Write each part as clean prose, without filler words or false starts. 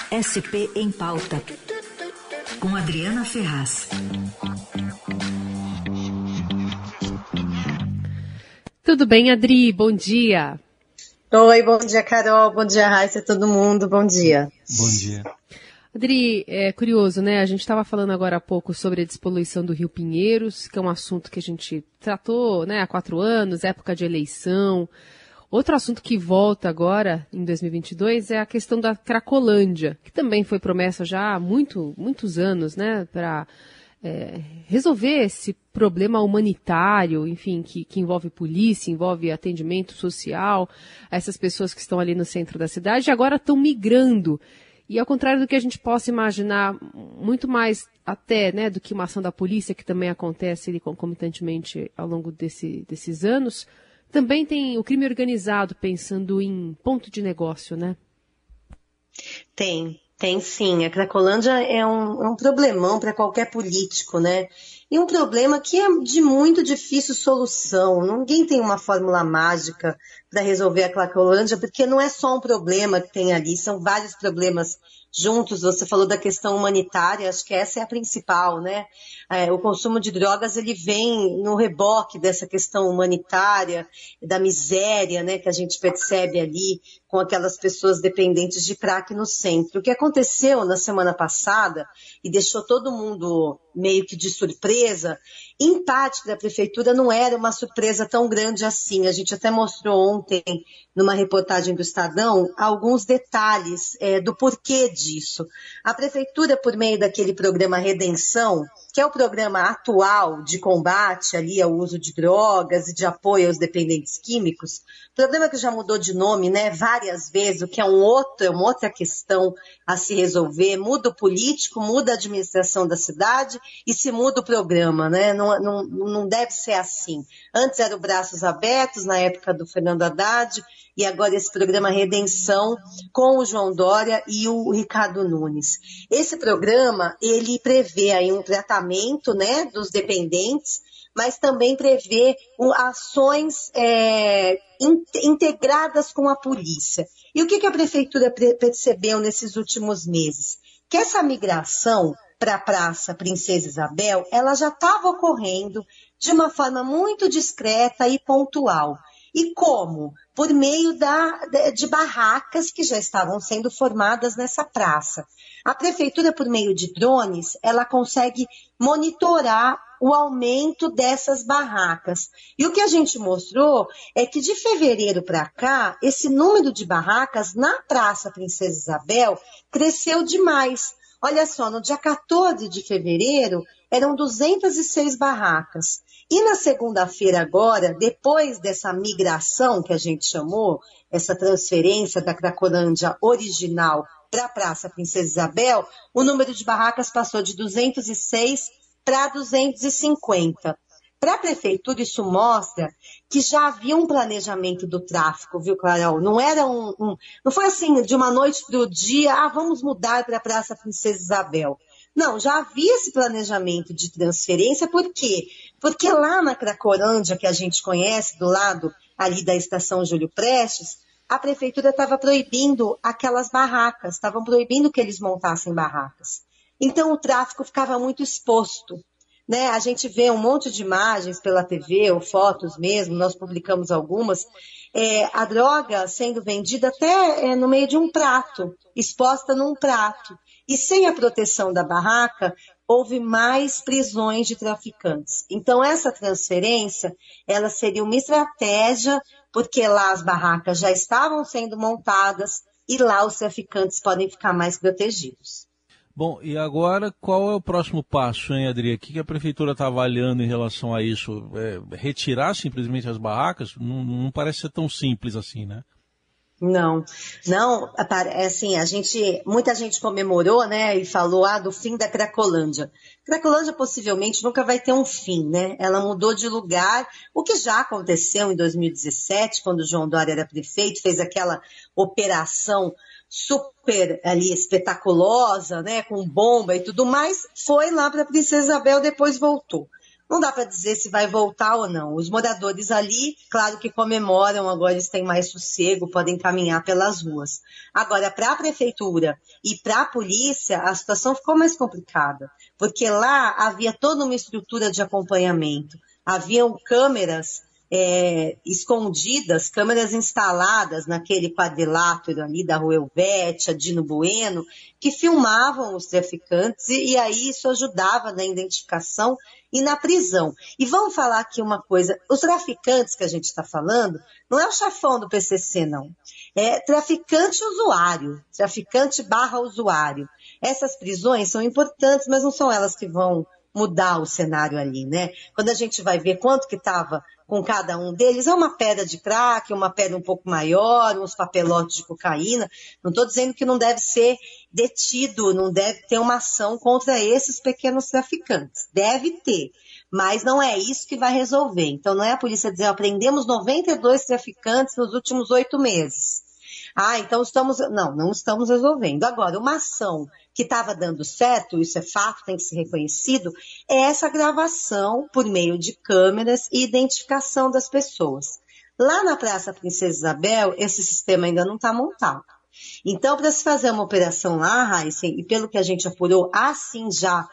SP em Pauta, com Adriana Ferraz. Tudo bem, Adri? Bom dia. Oi, bom dia, Carol. Bom dia, Raíssa, todo mundo. Bom dia. Bom dia. Adri, é curioso, né? A gente estava falando agora há pouco sobre a despoluição do Rio Pinheiros, que é um assunto que a gente tratou, né, há 4 anos, época de eleição. Outro assunto que volta agora, em 2022, é a questão da Cracolândia, que também foi promessa já há muitos anos, né, para resolver esse problema humanitário, enfim, que envolve polícia, envolve atendimento social, a essas pessoas que estão ali no centro da cidade e agora estão migrando. E ao contrário do que a gente possa imaginar, muito mais até, né, do que uma ação da polícia, que também acontece ali concomitantemente ao longo desses anos, também tem o crime organizado pensando em ponto de negócio, né? Tem sim. A Cracolândia é um problemão para qualquer político, né? E um problema que é de muito difícil solução. Ninguém tem uma fórmula mágica para resolver a Cracolândia, porque não é só um problema que tem ali, são vários problemas juntos. Você falou da questão humanitária, acho que essa é a principal, né? O consumo de drogas, ele vem no reboque dessa questão humanitária, da miséria, né, que a gente percebe ali com aquelas pessoas dependentes de crack no centro. O que aconteceu na semana passada e deixou todo mundo meio que de surpresa, em parte para a prefeitura não era uma surpresa tão grande assim. A gente até mostrou ontem, numa reportagem do Estadão, alguns detalhes do porquê disso. A prefeitura, por meio daquele programa Redenção, que é o programa atual de combate ali ao uso de drogas e de apoio aos dependentes químicos, programa que já mudou de nome, né, várias vezes, o que é uma outra questão a se resolver. Muda o político, muda a administração da cidade e se muda o programa, né? Não deve ser assim. Antes era o Braços Abertos, na época do Fernando Haddad, e agora esse programa Redenção com o João Dória e o Ricardo Nunes. Esse programa, ele prevê aí um tratamento, né, dos dependentes, mas também prevê ações integradas com a polícia. E o que a prefeitura percebeu nesses últimos meses? Que essa migração para a Praça Princesa Isabel, ela já estava ocorrendo de uma forma muito discreta e pontual. E como? Por meio de barracas que já estavam sendo formadas nessa praça. A prefeitura, por meio de drones, ela consegue monitorar o aumento dessas barracas. E o que a gente mostrou é que de fevereiro para cá, esse número de barracas na Praça Princesa Isabel cresceu demais. Olha só, no dia 14 de fevereiro, eram 206 barracas. E na segunda-feira agora, depois dessa migração que a gente chamou, essa transferência da Cracolândia original para a Praça Princesa Isabel, o número de barracas passou de 206 para 250. Para a prefeitura, isso mostra que já havia um planejamento do tráfico, viu, Carol? Não era não foi assim, de uma noite para o dia, vamos mudar para a Praça Princesa Isabel. Não, já havia esse planejamento de transferência, por quê? Porque lá na Cracolândia, que a gente conhece, do lado ali da Estação Júlio Prestes, a prefeitura estava proibindo aquelas barracas, estavam proibindo que eles montassem barracas. Então o tráfico ficava muito exposto, né? A gente vê um monte de imagens pela TV, ou fotos mesmo, nós publicamos algumas, a droga sendo vendida até no meio de um prato, exposta num prato. E sem a proteção da barraca, houve mais prisões de traficantes. Então, essa transferência, ela seria uma estratégia, porque lá as barracas já estavam sendo montadas e lá os traficantes podem ficar mais protegidos. Bom, e agora qual é o próximo passo, hein, Adri? O que a prefeitura está avaliando em relação a isso? Retirar simplesmente as barracas? Não parece ser tão simples assim, né? Não, assim, muita gente comemorou, né, e falou, do fim da Cracolândia. Cracolândia possivelmente nunca vai ter um fim, né, ela mudou de lugar, o que já aconteceu em 2017, quando o João Dória era prefeito, fez aquela operação super ali espetaculosa, né, com bomba e tudo mais, foi lá para a Princesa Isabel, depois voltou. não dá para dizer se vai voltar ou não. Os moradores ali, claro que comemoram, agora eles têm mais sossego, podem caminhar pelas ruas. Agora, para a prefeitura e para a polícia, a situação ficou mais complicada, porque lá havia toda uma estrutura de acompanhamento, haviam câmeras escondidas, câmeras instaladas naquele quadrilátero ali da Rua Helvétia, Dino Bueno, que filmavam os traficantes e aí isso ajudava na identificação e na prisão. E vamos falar aqui uma coisa, os traficantes que a gente está falando, não é o chefão do PCC, não. É traficante usuário, traficante / usuário. Essas prisões são importantes, mas não são elas que vão mudar o cenário ali, né? Quando a gente vai ver quanto que estava com cada um deles, é uma pedra de crack, uma pedra um pouco maior, uns papelotes de cocaína. Não estou dizendo que não deve ser detido, não deve ter uma ação contra esses pequenos traficantes. Deve ter, mas não é isso que vai resolver. Então não é a polícia dizer, prendemos 92 traficantes nos últimos 8 meses. Então não estamos resolvendo. Agora, uma ação que estava dando certo, isso é fato, tem que ser reconhecido, é essa gravação por meio de câmeras e identificação das pessoas. Lá na Praça Princesa Isabel, esse sistema ainda não está montado. Então, para se fazer uma operação lá, Raíssa, e pelo que a gente apurou, há sim já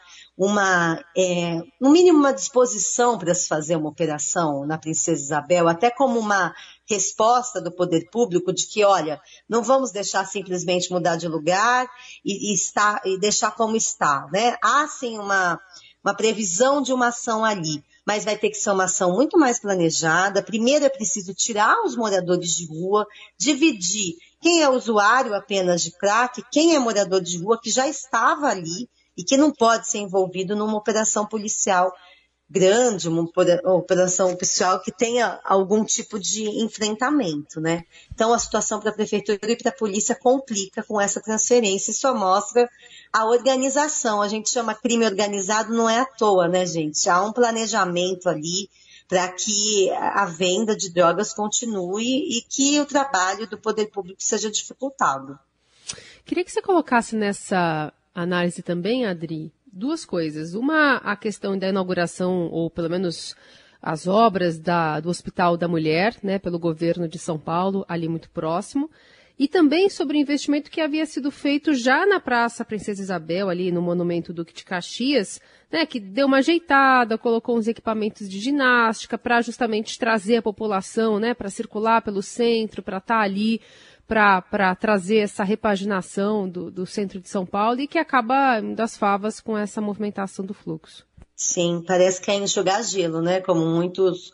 no mínimo uma disposição para se fazer uma operação na Princesa Isabel, até como uma resposta do poder público de que, olha, não vamos deixar simplesmente mudar de lugar e deixar como está, né? Há sim uma previsão de uma ação ali, mas vai ter que ser uma ação muito mais planejada. Primeiro é preciso tirar os moradores de rua, dividir quem é usuário apenas de crack, quem é morador de rua que já estava ali e que não pode ser envolvido numa operação policial grande, uma operação policial que tenha algum tipo de enfrentamento, né? Então a situação para a prefeitura e para a polícia complica com essa transferência e só mostra a organização. A gente chama crime organizado, não é à toa, né, gente? Há um planejamento ali para que a venda de drogas continue e que o trabalho do poder público seja dificultado. Queria que você colocasse nessa análise também, Adri, duas coisas. Uma, a questão da inauguração, ou pelo menos as obras do Hospital da Mulher, né, pelo governo de São Paulo, ali muito próximo. E também sobre o investimento que havia sido feito já na Praça Princesa Isabel, ali no Monumento Duque de Caxias, né, que deu uma ajeitada, colocou uns equipamentos de ginástica para justamente trazer a população, né, para circular pelo centro, para estar ali, para trazer essa repaginação do centro de São Paulo e que acaba indo às favas com essa movimentação do fluxo. Sim, parece que é enxugar gelo, né? Como muitos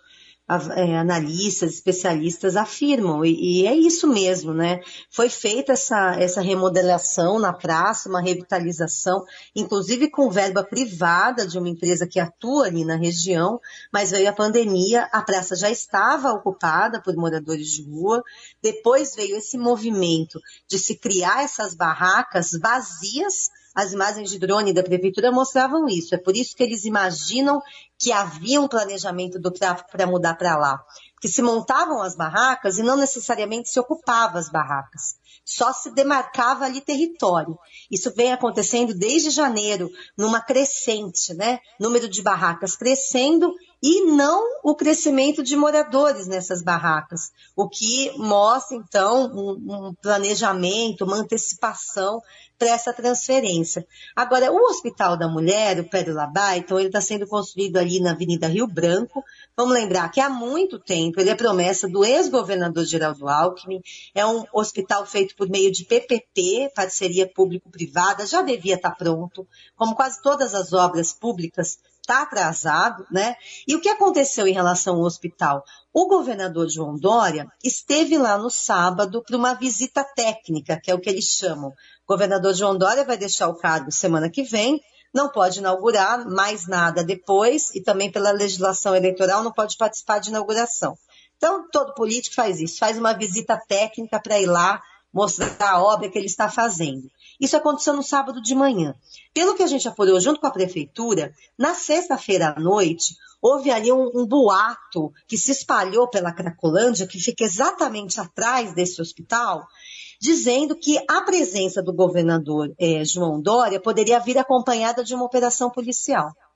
analistas, especialistas afirmam, e é isso mesmo, né? Foi feita essa remodelação na praça, uma revitalização, inclusive com verba privada de uma empresa que atua ali na região, mas veio a pandemia, a praça já estava ocupada por moradores de rua, depois veio esse movimento de se criar essas barracas vazias. As imagens de drone da prefeitura mostravam isso. É por isso que eles imaginam que havia um planejamento do tráfico para mudar para lá. Porque se montavam as barracas e não necessariamente se ocupava as barracas. Só se demarcava ali território. Isso vem acontecendo desde janeiro, numa crescente, né? Número de barracas crescendo e não o crescimento de moradores nessas barracas. O que mostra, então, um planejamento, uma antecipação para essa transferência. Agora, o Hospital da Mulher, o Pérola Byton, ele está sendo construído ali na Avenida Rio Branco. Vamos lembrar que há muito tempo ele é promessa do ex-governador Geraldo Alckmin, é um hospital feito por meio de PPP, parceria público-privada, já devia estar pronto, como quase todas as obras públicas, está atrasado, né? E o que aconteceu em relação ao hospital? O governador João Dória esteve lá no sábado para uma visita técnica, que é o que eles chamam. O governador João Dória vai deixar o cargo semana que vem, não pode inaugurar mais nada depois e também pela legislação eleitoral não pode participar de inauguração. Então, todo político faz isso, faz uma visita técnica para ir lá mostrar a obra que ele está fazendo. Isso aconteceu no sábado de manhã. Pelo que a gente apurou junto com a prefeitura, na sexta-feira à noite, houve ali um boato que se espalhou pela Cracolândia, que fica exatamente atrás desse hospital, dizendo que a presença do governador João Dória poderia vir acompanhada de uma operação policial.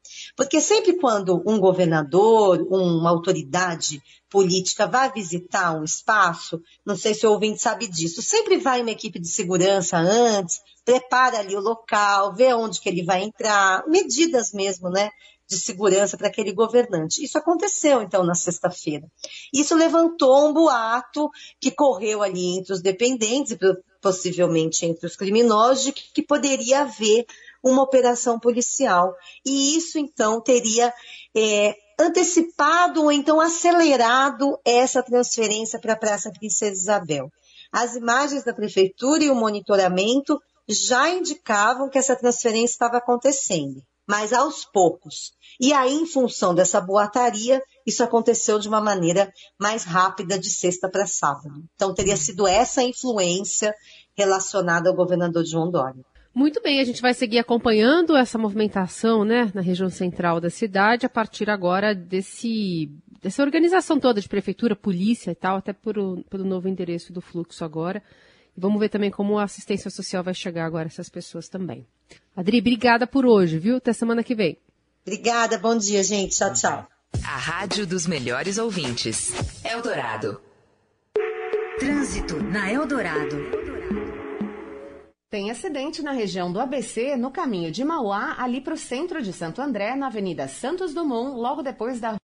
Porque sempre quando um governador, uma autoridade política vai visitar um espaço, não sei se o ouvinte sabe disso, sempre vai uma equipe de segurança antes, prepara ali o local, vê onde que ele vai entrar, medidas mesmo, né, de segurança para aquele governante. Isso aconteceu, então, na sexta-feira. Isso levantou um boato que correu ali entre os dependentes e possivelmente entre os criminosos de que poderia haver uma operação policial. E isso, então, teria antecipado ou então acelerado essa transferência para a Praça Princesa Isabel. As imagens da prefeitura e o monitoramento já indicavam que essa transferência estava acontecendo, mas aos poucos. E aí, em função dessa boataria, isso aconteceu de uma maneira mais rápida de sexta para sábado. Então, teria sido essa influência relacionada ao governador João Dória. Muito bem, a gente vai seguir acompanhando essa movimentação, né, na região central da cidade, a partir agora dessa organização toda de prefeitura, polícia e tal, até pelo novo endereço do fluxo agora. E vamos ver também como a assistência social vai chegar agora a essas pessoas também. Adri, obrigada por hoje, viu? Até semana que vem. Obrigada, bom dia, gente. Tchau, tchau. A rádio dos melhores ouvintes. Eldorado. Trânsito na Eldorado. Tem acidente na região do ABC, no caminho de Mauá, ali para o centro de Santo André, na Avenida Santos Dumont, logo depois da